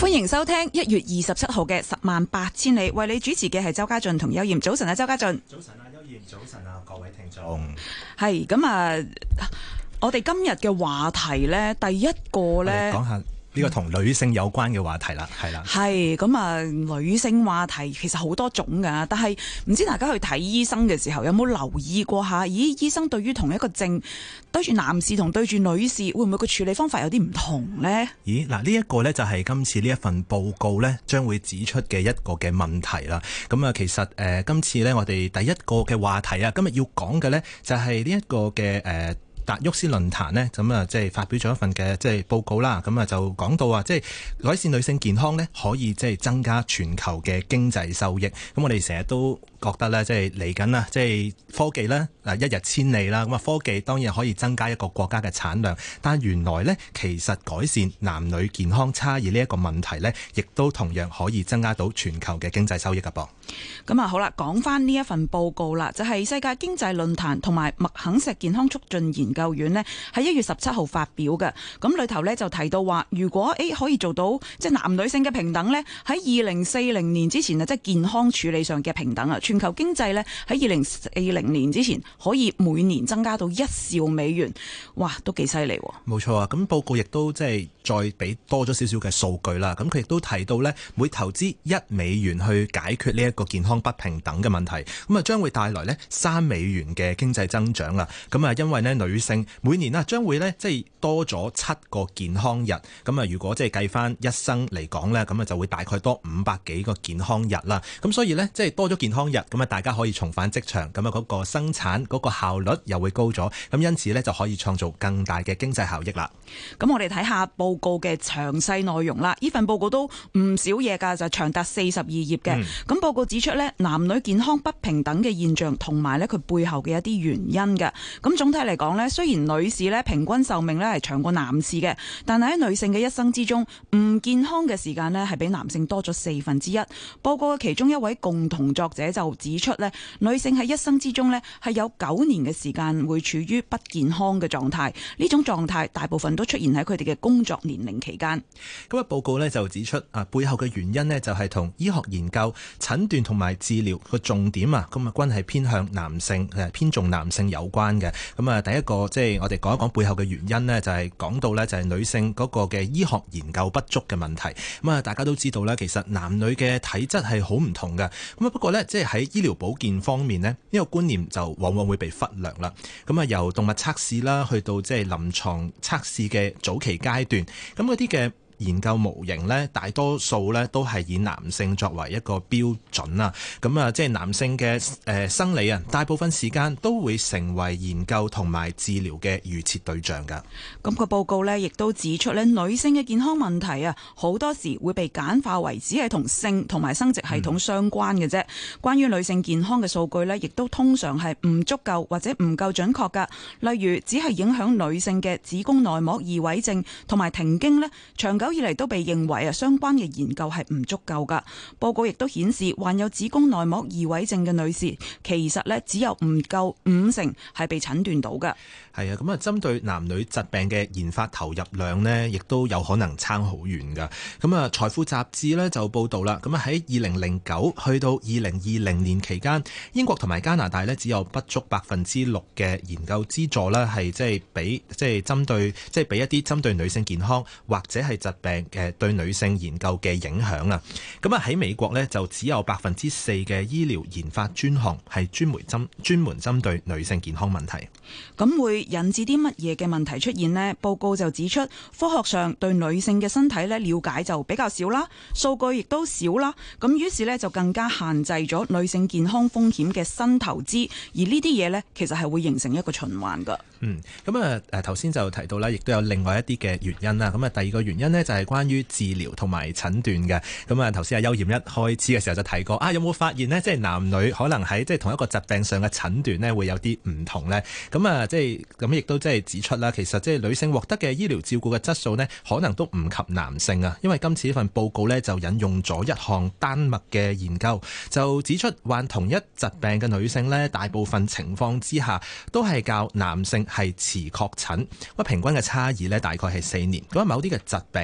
歡迎收聽1月27號嘅十萬八千里，為你主持嘅係周家俊同邱艷。早晨啊，周家俊。 早晨啊，邱艷。早晨啊，各位聽眾。 係咁啊，我哋今日嘅話題呢，第一個呢， 講下呢個同女性有關嘅話題啦，係啦。 係咁啊，女性話題其實好多種㗎，但係唔知大家去睇醫生嘅時候有冇留意過下？咦，醫生對於同一個症，對住男士同對住女士，會唔會個處理方法有啲唔同呢？ 咦，嗱，呢一個呢，就係今次呢一份報告呢將會指出嘅一個嘅問題啦。咁啊，其實今次呢，我哋第一個嘅話題啊，今日要講嘅呢，就係呢一個嘅達沃斯論壇呢，咁啊，即係發表咗一份嘅即係報告啦。咁啊，就講到話，即係改善女性健康呢，可以即係增加全球嘅經濟收益。咁我哋成日都覺得咧，即係嚟緊啦，即係科技咧，一日千里啦。咁啊，科技當然可以增加一個國家嘅產量，但原來呢，其實改善男女健康差異呢一個問題呢，亦都同樣可以增加到全球嘅經濟收益㗎噃。 咁啊，好啦，講翻呢一份報告啦，就係世界經濟論壇同埋麥肯錫健康促進研究院呢，喺1月17號發表嘅。咁裏頭呢，就提到話，如果可以做到即係男女性嘅平等呢，喺2040年之前啊，即係健康處理上嘅平等啊，全球經濟呢，喺2040年之前可以每年增加到1兆美元，哇，都幾犀利喎！ 冇錯啊，咁報告亦都即係再俾多咗少少嘅數據啦。咁佢亦都提到呢，每投資1美元去解決呢一個健康不平等嘅問題，咁啊將會帶來呢3美元嘅經濟增長啦。咁啊，因為呢女性每年啊將會呢即係多咗7個健康日，咁啊如果即係計翻一生嚟講呢，咁啊就會大概多500幾個健康日啦。咁所以呢，即係多咗健康日，咁啊大家可以重返職場，咁啊嗰個生產嗰個效率又會高咗，咁因此呢，就可以創造更大嘅經濟效益啦。 咁我哋睇下報告嘅詳細內容啦。呢份報告都唔少嘢㗎，就長達42頁嘅。咁報告指出呢，男女健康不平等嘅現象，同埋呢佢背後嘅一啲原因嘅。咁總體嚟講呢，雖然女士呢平均壽命呢係長過男士嘅，但係喺女性嘅一生之中，唔健康嘅時間呢係比男性多咗1/4。報告嘅其中一位共同作者就指出呢，女性喺一生之中呢係有9年嘅時間會處於不健康嘅狀態，呢種狀態大部分都出現喺佢哋嘅工作年齡期間。 咁啊，報告呢就指出背後嘅原因呢就係同醫學研究、診斷同埋治療個重點啊，咁啊均係偏向男性，偏重男性有關嘅。咁啊，第一個即係我哋講一講背後嘅原因呢，就係講到呢就係女性嗰個嘅醫學研究不足嘅問題。咁啊，大家都知道呢，其實男女嘅體質係好唔同嘅。咁啊，不過呢，即係喺醫療保健方面呢，呢個觀念就往往會被忽略啦。咁啊，由動物測試啦，去到即係臨床測試嘅早期階段，咁嗰啲嘅研究模型呢，大多數呢都係以男性作為一個標準啦。咁啊，即係男性嘅生理啊，大部分時間都會成為研究同埋治療嘅預設對象㗎。 咁個報告呢，亦都指出呢，女性嘅健康問題啊，好多時會被簡化為只係同性同埋生殖系統相關嘅啫。關於女性健康嘅數據呢，亦都通常係唔足夠或者唔夠準確㗎。例如，只係影響女性嘅子宮內膜異位症同埋停經呢，長久以嚟都被認為相關嘅研究係唔足夠㗎。報告亦都顯示，患有子宮內膜異位症嘅女士，其實呢只有唔夠50%係被診斷到㗎。 係啊，咁啊，針對男女疾病嘅研發投入量呢，亦都有可能差好遠㗎。咁啊，財富雜誌呢就報道啦，咁啊喺2009去到2020年期間，英國同埋加拿大呢只有不足6%嘅研究資助啦，係即係俾即係針對即係俾一啲針對女性健康或者係疾病嘅對女性研究嘅影響啊。咁啊喺美國呢，就只有4%嘅醫療研發專項係專門針對女性健康問題。 咁會引致啲乜嘢嘅問題出現呢？報告就指出，科學上對女性嘅身體咧了解就比較少啦，數據亦都少啦。咁於是咧就更加限制咗女性健康風險嘅新投資，而呢啲嘢呢，其實係會形成一個循環㗎。 咁啊頭先就提到啦，亦都有另外一啲嘅原因啦。咁啊第二個原因呢，就係關於治療同埋診斷嘅。咁啊頭先阿邱艷一開始嘅時候就提過有冇發現呢？即係男女可能喺即係同一個疾病上嘅診斷呢，會有啲唔同呢？咁啊即係咁亦都即係指出啦，其實即係女性獲得嘅醫療照顧嘅質素呢，可能都唔及男性啊。因為今次呢份報告呢，就引用咗一項丹麥嘅研究，就指出患同一疾病嘅女性呢，大部分情況之下都係較男性係遲確診，平均嘅差異呢，大概係4年。咁某啲嘅疾病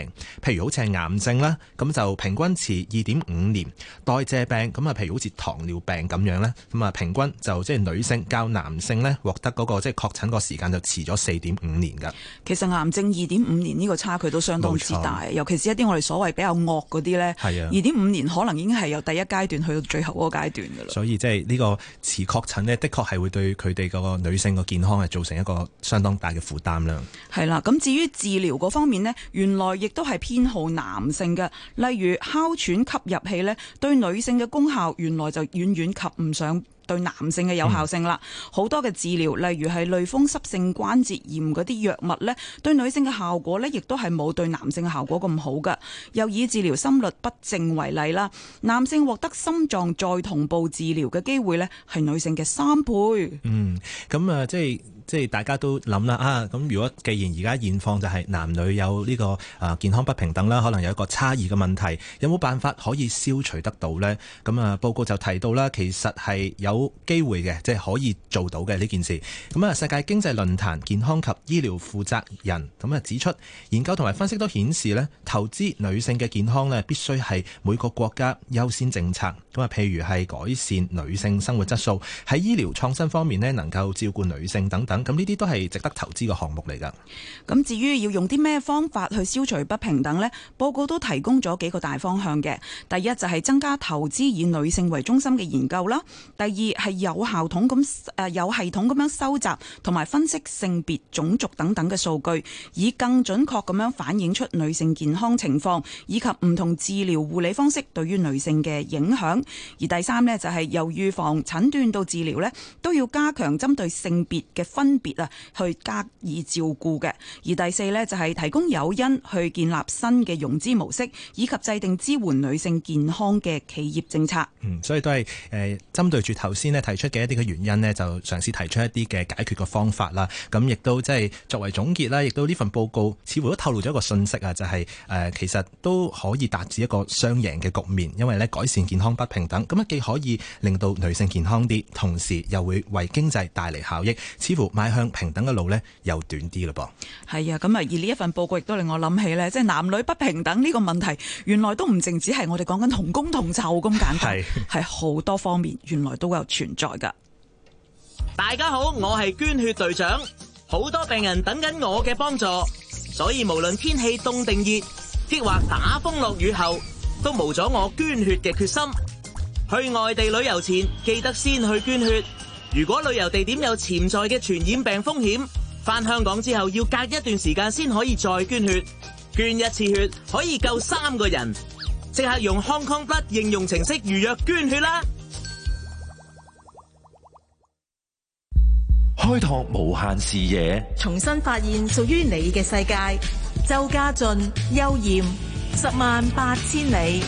譬如好似係癌症啦，咁就平均遲2.5年；代謝病咁啊，譬如好似糖尿病咁樣咧，咁啊平均就即係女性較男性咧獲得嗰個即係確診個時間就遲咗4.5年㗎。 其實癌症2.5年呢個差距都相當之大，尤其是一啲我哋所謂比較惡嗰啲咧，2.5年可能已經係由第一階段去到最後嗰個階段㗎啦。所以即係呢個遲確診呢，的確係會對佢哋個女性個健康係造成一個相當大嘅負擔啦。 係啦，咁至於治療嗰方面呢，原來亦都係偏好男性嘅，例如哮喘吸入器呢，對女性嘅功效原來就遠遠及唔上對男性嘅有效性啦。好多嘅治療，例如係類風濕性關節炎嗰啲藥物呢，對女性嘅效果呢，亦都係冇對男性嘅效果咁好㗎。又以治療心律不正為例啦，男性獲得心臟再同步治療嘅機會呢，係女性嘅3倍。 咁啊，即係大家都諗啦咁如果既然而家現況就係男女有呢個健康不平等啦，可能有一個差異嘅問題，有冇辦法可以消除得到呢？咁啊，報告就提到啦，其實係有機會嘅，即係可以做到嘅呢件事。咁啊，世界經濟論壇健康及醫療負責人咁啊指出，研究同埋分析都顯示呢，投資女性嘅健康呢，必須係每個國家優先政策。咁啊，譬如係改善女性生活質素，喺醫療創新方面呢，能夠照顧女性等等。咁呢啲都係值得投資嘅項目嚟㗎。 咁至於要用啲咩方法去消除不平等呢？報告都提供咗幾個大方向嘅。第一就係增加投資以女性為中心嘅研究啦。第二係有系統咁樣收集同埋分析性別、種族等等嘅數據，以更準確咁樣反映出女性健康情況以及唔同治療護理方式對於女性嘅影響。而第三呢，就係由預防、診斷到治療呢，都要加強針對性別嘅分別去加以照顧嘅。而第四呢，就係提供誘因去建立新嘅融資模式，以及制定支援女性健康嘅企業政策。 所以都係針對住頭先呢提出嘅一啲嘅原因呢，就嘗試提出一啲嘅解決嘅方法啦。咁亦都即係作為總結啦，亦都呢份報告似乎都透露咗一個信息啊，就係其實都可以達至一個雙贏嘅局面，因為呢改善健康不平等，咁既可以令到女性健康啲，同時又會為經濟帶嚟效益，似乎邁向平等嘅路呢又短啲嘞噃。 係啊，咁而呢一份報告亦都令我諗起呢，即係男女不平等呢個問題，原來都唔淨止係我哋講緊同工同酬咁簡單，係好多方面原來都有存在㗎。 大家好，我係捐血隊長，好多病人等緊我嘅幫助，所以無論天氣凍定熱，抑或打風落雨後，都無阻我捐血嘅決心。去外地旅遊前，記得先去捐血。如果旅遊地點有潛在嘅傳染病風險，返香港之後要隔一段時間先可以再捐血。捐一次血可以救3個人，即刻用 Hong Kong Blood 應用程式預約捐血啦！ 開拓無限視野， 重新發現屬於你嘅世界。周家俊、邱艷，108000里。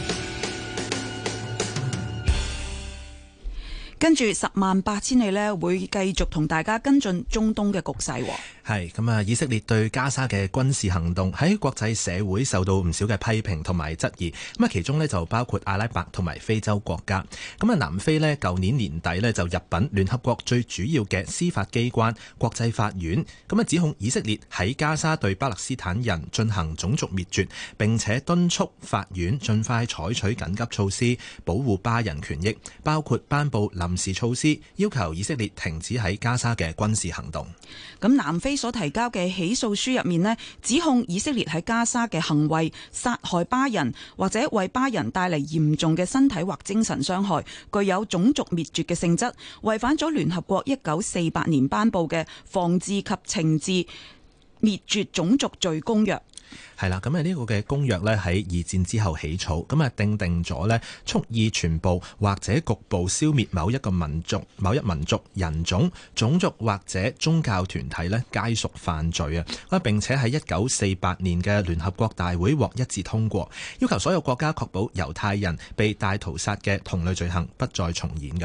跟住108000里呢，會繼續同大家跟進中東嘅局勢。 係咁啊！以色列對加沙嘅軍事行動喺國際社會受到唔少嘅批評同埋質疑。咁啊，其中呢就包括阿拉伯同埋非洲國家。咁啊，南非呢舊年年底呢就入稟聯合國最主要嘅司法機關國際法院，咁啊指控以色列喺加沙對巴勒斯坦人進行種族滅絕，並且敦促法院盡快採取緊急措施保護巴人權益，包括頒布臨時措施，要求以色列停止喺加沙嘅軍事行動。 咁南非所提交嘅起訴書入面呢，指控以色列喺加沙嘅行為殺害巴人，或者為巴人帶嚟嚴重嘅身體或精神傷害，具有種族滅絕嘅性質，違反咗聯合國1948年頒布嘅防治及懲治滅絕種族罪公約。 係啦，咁啊呢個嘅公約呢，喺二戰之後起草，咁啊訂定咗呢，蓄意全部或者局部消滅某一個民族、某一民族、人種、種族或者宗教團體呢，皆屬犯罪啊！並且喺1948年嘅聯合國大會獲一致通過，要求所有國家確保猶太人被大屠殺嘅同類罪行不再重演㗎。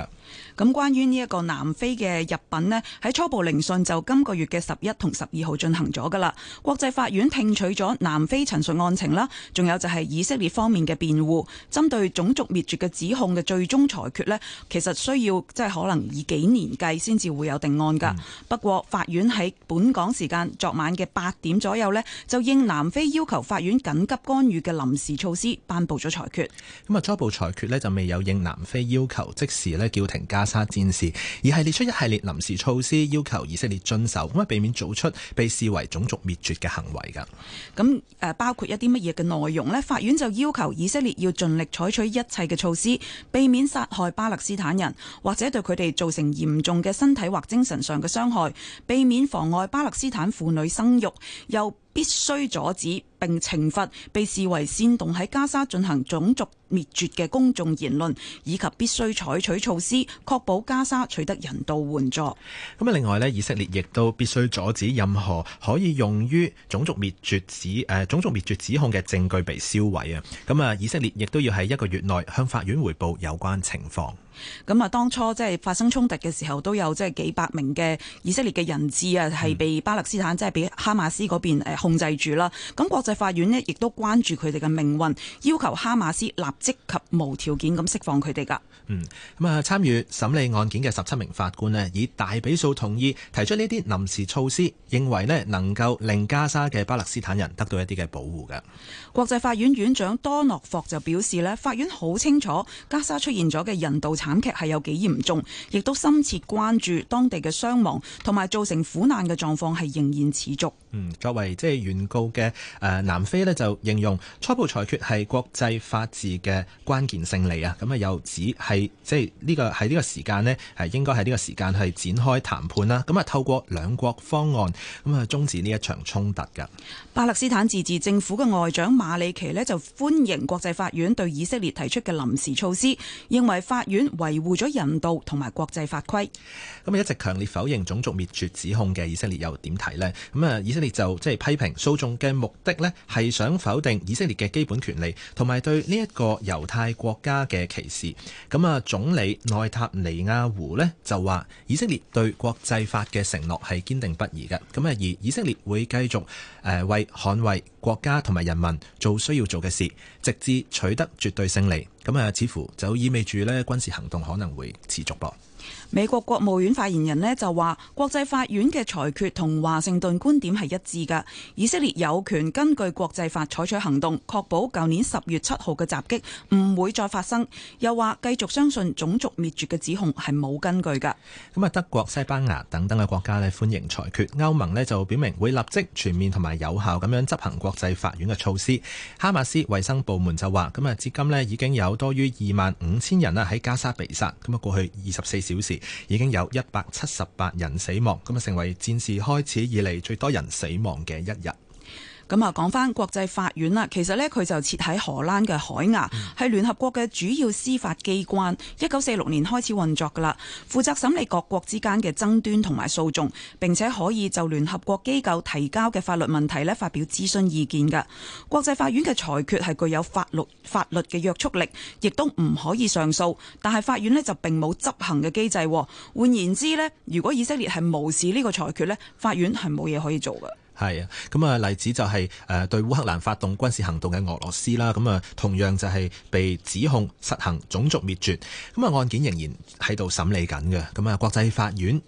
咁關於呢一個南非嘅入稟呢，喺初步聆訊就今個月嘅11同12號進行咗㗎啦。國際法院聽取咗南非陳述案情啦，仲有就係以色列方面嘅辯護，針對種族滅絕嘅指控嘅最終裁決呢，其實需要即係可能以幾年計先至會有定案㗎。不過法院喺本港時間昨晚嘅8點左右呢，就應南非要求法院緊急干預嘅臨時措施，頒布咗裁決。 咁啊，初步裁決呢就未有應南非要求即時呢叫停加沙戰事，而係列出一系列臨時措施，要求以色列遵守，咁啊避免做出被視為種族滅絕嘅行為㗎。 咁包括一啲乜嘢嘅內容呢？法院就要求以色列要盡力採取一切嘅措施，避免殺害巴勒斯坦人，或者對佢哋造成嚴重嘅身體或精神上嘅傷害，避免妨礙巴勒斯坦婦女生育，又必須阻止並懲罰被視為煽動喺加沙進行種族滅絕嘅公眾言論，以及必須採取措施確保加沙取得人道援助。咁啊，另外呢，以色列亦都必須阻止任何可以用於種族滅絕指控嘅證據被銷毀啊！咁啊，以色列亦都要喺1個月內向法院匯報有關情況。 咁啊，當初即係發生衝突嘅時候，都有即係幾百名嘅以色列嘅人質啊，係被巴勒斯坦即係被哈馬斯嗰邊控制住啦。咁國際法院呢，亦都關注佢哋嘅命運，要求哈馬斯立即及無條件咁釋放佢哋㗎。 咁啊，參與審理案件嘅17名法官呢，以大比數同意提出呢啲臨時措施，認為呢能夠令加沙嘅巴勒斯坦人得到一啲嘅保護㗎。 國際法院院長多諾霍就表示呢，法院好清楚加沙出現咗嘅人道慘劇係有幾嚴重，亦都深切關注當地嘅傷亡同埋造成苦難嘅狀況係仍然持續。 作為即係原告嘅南非呢，就形容初步裁決係國際法治嘅關鍵勝利啊！咁啊又指係即係呢個喺呢個時間呢，係應該喺呢個時間係展開談判啦。咁啊透過兩國方案咁啊終止呢一場衝突㗎。 巴勒斯坦自治政府嘅外長馬里奇呢，就歡迎國際法院對以色列提出嘅臨時措施，認為法院維護咗人道同埋國際法規。 咁啊一直強烈否認種族滅絕指控嘅以色列又點睇呢？咁啊以色列就即係批評訴訟嘅目的呢，係想否定以色列嘅基本權利，同埋對呢一個猶太國家嘅歧視。咁啊總理內塔尼亞胡呢，就話以色列對國際法嘅承諾係堅定不移嘅。咁啊而以色列會繼續為捍衛國家同埋人民做需要做嘅事，直至取得絕對勝利。咁啊似乎就意味住呢軍事行動可能會持續噃。 美國國務院發言人呢就話，國際法院嘅裁決同華盛頓觀點係一致㗎。以色列有權根據國際法採取行動，確保舊年10月7號嘅襲擊唔會再發生。又話繼續相信種族滅絕嘅指控係冇根據㗎。 咁啊，德國、西班牙等等嘅國家呢歡迎裁決，歐盟呢就表明會立即全面同埋有效咁樣執行國際法院嘅措施。哈馬斯衛生部門就話，咁啊至今呢已經有多於25,000人啦喺加沙被殺。咁啊過去24小時已經有178人死亡，咁啊成為戰事開始以嚟最多人死亡嘅一日。 咁啊，講翻國際法院啦，其實呢，佢就設喺荷蘭嘅海牙，係聯合國嘅主要司法機關。1946年開始運作噶啦，負責審理各國之間嘅爭端同埋訴訟，並且可以就聯合國機構提交嘅法律問題呢發表諮詢意見噶。國際法院嘅裁決係具有法律嘅約束力，亦都唔可以上訴。但係法院呢就並冇執行嘅機制。換言之呢，如果以色列係無視呢個裁決呢，法院係冇嘢可以做嘅。 係啊，咁啊例子就係對烏克蘭發動軍事行動嘅俄羅斯啦，咁啊同樣就係被指控實行種族滅絕，咁啊案件仍然喺度審理緊嘅，咁啊國際法院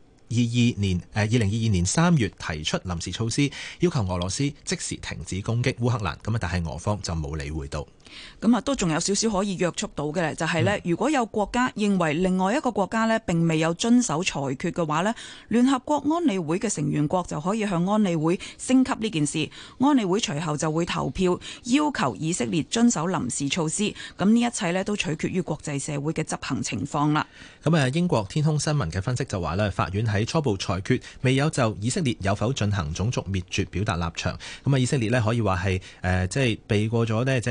2022年3月提出臨時措施，要求俄羅斯即時停止攻擊烏克蘭，咁啊但係俄方就冇理會到。 咁啊，都仲有少少可以約束到嘅，就係呢，如果有國家認為另外一個國家呢並未有遵守裁決嘅話呢，聯合國安理會嘅成員國就可以向安理會升級呢件事，安理會隨後就會投票要求以色列遵守臨時措施。咁呢一切呢都取決於國際社會嘅執行情況啦。 咁啊，英國天空新聞嘅分析就話呢，法院喺初步裁決未有就以色列有否進行種族滅絕表達立場。咁啊，以色列呢可以話係即係避過咗呢，即係暫時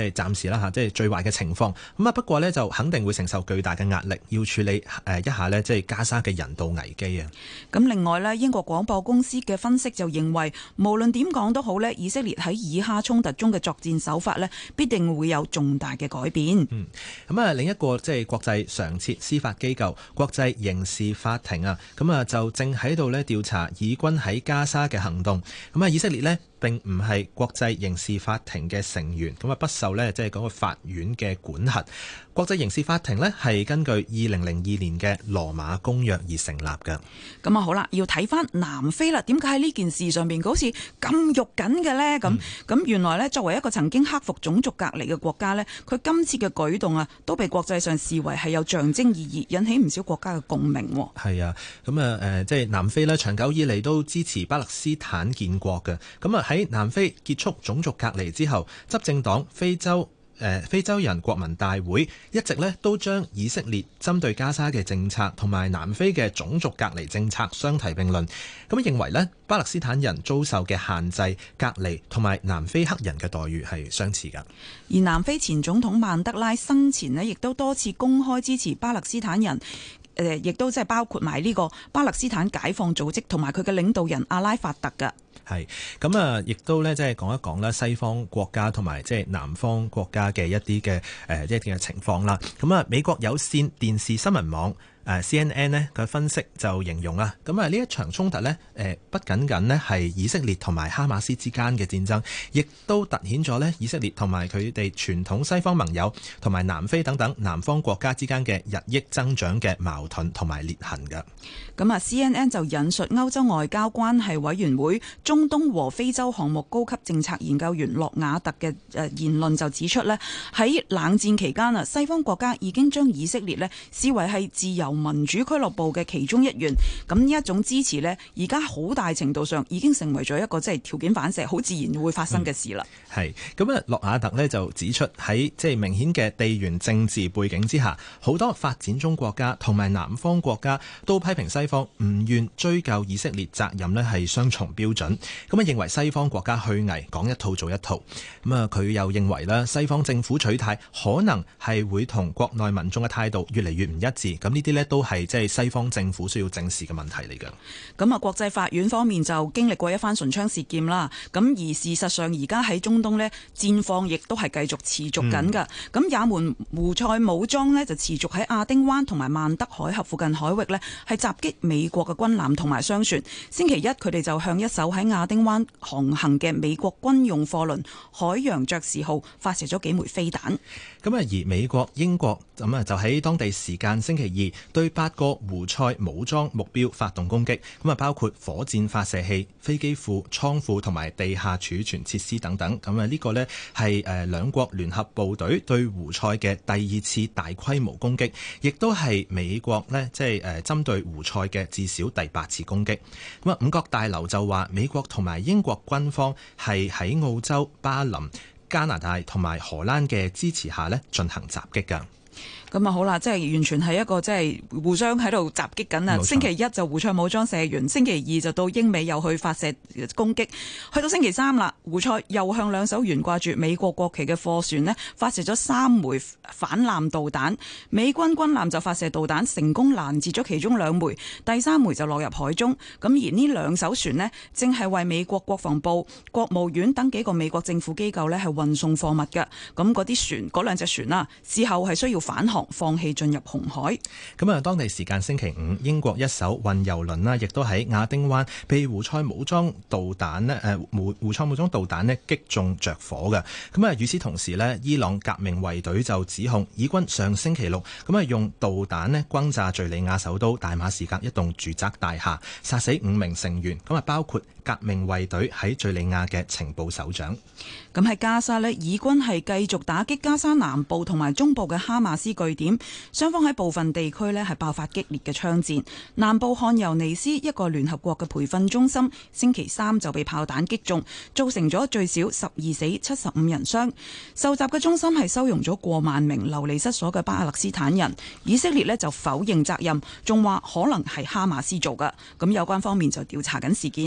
時啦嚇，即係最壞嘅情況。咁啊不過呢，就肯定會承受巨大嘅壓力，要處理一下呢，即係加沙嘅人道危機啊。 咁另外呢，英國廣播公司嘅分析就認為，無論點講都好呢，以色列喺以哈衝突中嘅作戰手法呢，必定會有重大嘅改變。 咁啊另一個即係國際常設司法機構國際刑事法庭啊，咁啊就正喺度呢調查以軍喺加沙嘅行動。咁啊以色列呢並唔係國際刑事法庭嘅成員，咁啊不受呢即係嗰個法院嘅管轄。國際刑事法庭呢係根據2002年嘅羅馬公約而成立嘅。 咁啊好啦，要睇翻南非啦，點解喺呢件事上面好似咁肉緊嘅呢？咁原來呢，作為一個曾經克服種族隔離嘅國家呢，佢今次嘅舉動啊，都被國際上視為係有象徵意義，引起唔少國家嘅共鳴。 係啊，咁啊即係南非呢，長久以嚟都支持巴勒斯坦建國嘅。咁啊喺南非結束種族隔離之後，執政黨非洲人國民大會一直呢都將以色列針對加沙嘅政策同埋南非嘅種族隔離政策相提並論，咁認為呢巴勒斯坦人遭受嘅限制、隔離同埋南非黑人嘅待遇係相似㗎。 而南非前總統曼德拉生前呢亦都多次公開支持巴勒斯坦人。亦都即係包括埋呢個巴勒斯坦解放組織同埋佢嘅領導人阿拉法特㗎。 係咁啊，亦都咧即係講一講啦，西方國家同埋即係南方國家嘅一啲嘅一啲嘅情況啦。咁啊，美國有線電視新聞網CNN 呢佢分析就形容啦，咁啊呢一場衝突呢，不僅僅呢係以色列同埋哈馬斯之間嘅戰爭，亦都凸顯咗呢以色列同埋佢哋傳統西方盟友同埋南非等等南方國家之間嘅日益增長嘅矛盾同埋裂痕㗎。 咁啊 CNN 就引述歐洲外交關係委員會中東和非洲項目高級政策研究員洛瓦特嘅言論就指出呢，喺冷戰期間啊，西方國家已經將以色列呢視為係自由民主俱樂部嘅其中一員，咁呢一種支持呢，而家好大程度上已經成為咗一個即係條件反射，好自然會發生嘅事啦。 係咁啊，洛瓦特呢就指出喺即係明顯嘅地緣政治背景之下，好多發展中國家同埋南方國家都批評西方唔願追究以色列責任呢係雙重標準，咁啊認為西方國家虛偽，講一套做一套。咁啊佢又認為啦，西方政府取態可能係會同國內民眾嘅態度越嚟越唔一致，咁呢啲呢都係即係西方政府需要正視嘅問題嚟㗎。 咁啊，國際法院方面就經歷過一番唇槍舌劍啦。咁而事實上而家喺中東呢，戰況亦都係繼續持續緊㗎。咁也門胡塞武裝呢，就持續喺亞丁灣同埋曼德海峽附近海域呢，係襲擊美國嘅軍艦同埋商船。星期一佢哋就向一艘喺亞丁灣航行嘅美國軍用貨輪海洋爵士號發射咗幾枚飛彈。 咁啊，而美國、英國咁啊，就喺當地時間星期二對8個胡塞武裝目標發動攻擊，咁啊包括火箭發射器、飛機庫、倉庫同埋地下儲存設施等等。咁啊呢個呢係兩國聯合部隊對胡塞嘅第2次大規模攻擊，亦都係美國呢即係針對胡塞嘅至少第8次攻擊。咁啊五角大樓就話美國同埋英國軍方係喺澳洲、巴林、加拿大同埋荷蘭嘅支持下呢進行襲擊㗎。 咁啊好啦，即係完全係一個即係互相喺度襲擊緊啊！星期一就胡塞武裝射完，星期二就到英美又去發射攻擊，去到星期三啦，胡塞又向2艘懸掛住美國國旗嘅貨船呢發射咗3枚反艦導彈，美軍軍艦就發射導彈成功攔截咗其中2枚，第3枚就落入海中。咁而呢2艘船呢，正係為美國國防部、國務院等幾個美國政府機構呢係運送貨物嘅。咁嗰啲船嗰2隻船啦，事後係需要返航，放棄進入紅海。 咁啊，當地時間星期五，英國一艘運油輪啦，亦都喺亞丁灣被胡塞武裝導彈呢胡塞武裝導彈呢擊中着火嘅。咁啊，與此同時呢，伊朗革命衛隊就指控以軍上星期六咁啊用導彈呢轟炸敘利亞首都大馬士革一棟住宅大廈，殺死5名成員，咁啊包括革命衛隊喺敘利亞嘅情報首長。 咁喺加沙呢，以軍係繼續打擊加沙南部同埋中部嘅哈馬斯據點，雙方喺部分地區呢係爆發激烈嘅槍戰。南部漢尤尼斯一個聯合國嘅培訓中心星期三就被炮彈擊中，造成咗最少12死75人傷。受襲嘅中心係收容咗過萬名流離失所嘅巴勒斯坦人。以色列呢就否認責任，仲話可能係哈馬斯做㗎。咁有關方面就調查緊事件。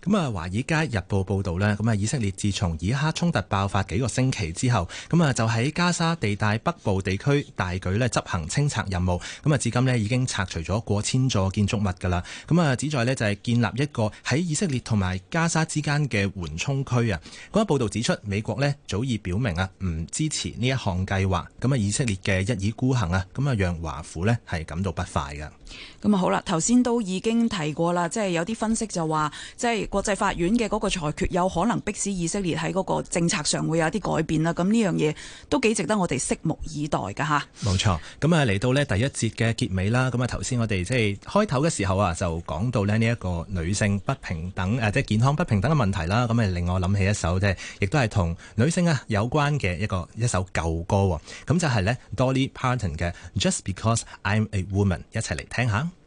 咁啊，《華爾街日報》報導咧，咁啊，以色列自從以哈衝突爆發幾個星期之後，咁啊就喺加沙地帶北部地區大舉咧執行清拆任務，咁啊至今咧已經拆除咗過千座建築物㗎啦。咁啊，旨在咧就係建立一個喺以色列同埋加沙之間嘅緩衝區啊。嗰個報導指出，美國咧早已表明啊唔支持呢一項計劃，咁啊以色列嘅一意孤行啊，咁啊讓華府咧係感到不快嘅。 咁啊好啦，頭先都已經提過啦，即係有啲分析就話，即係國際法院嘅嗰個裁決有可能迫使以色列喺嗰個政策上會有啲改變啦。咁呢樣嘢都幾值得我哋拭目以待㗎吓。冇錯，咁啊嚟到呢第一節嘅結尾啦。咁啊頭先我哋即係開頭嘅時候啊，就講到呢一個女性不平等即係健康不平等嘅問題啦。咁啊令我諗起一首即係亦都係同女性啊有關嘅一首舊歌喎。咁就係呢 Dolly Parton 嘅 Just Because I'm a Woman， 一齊嚟聽下。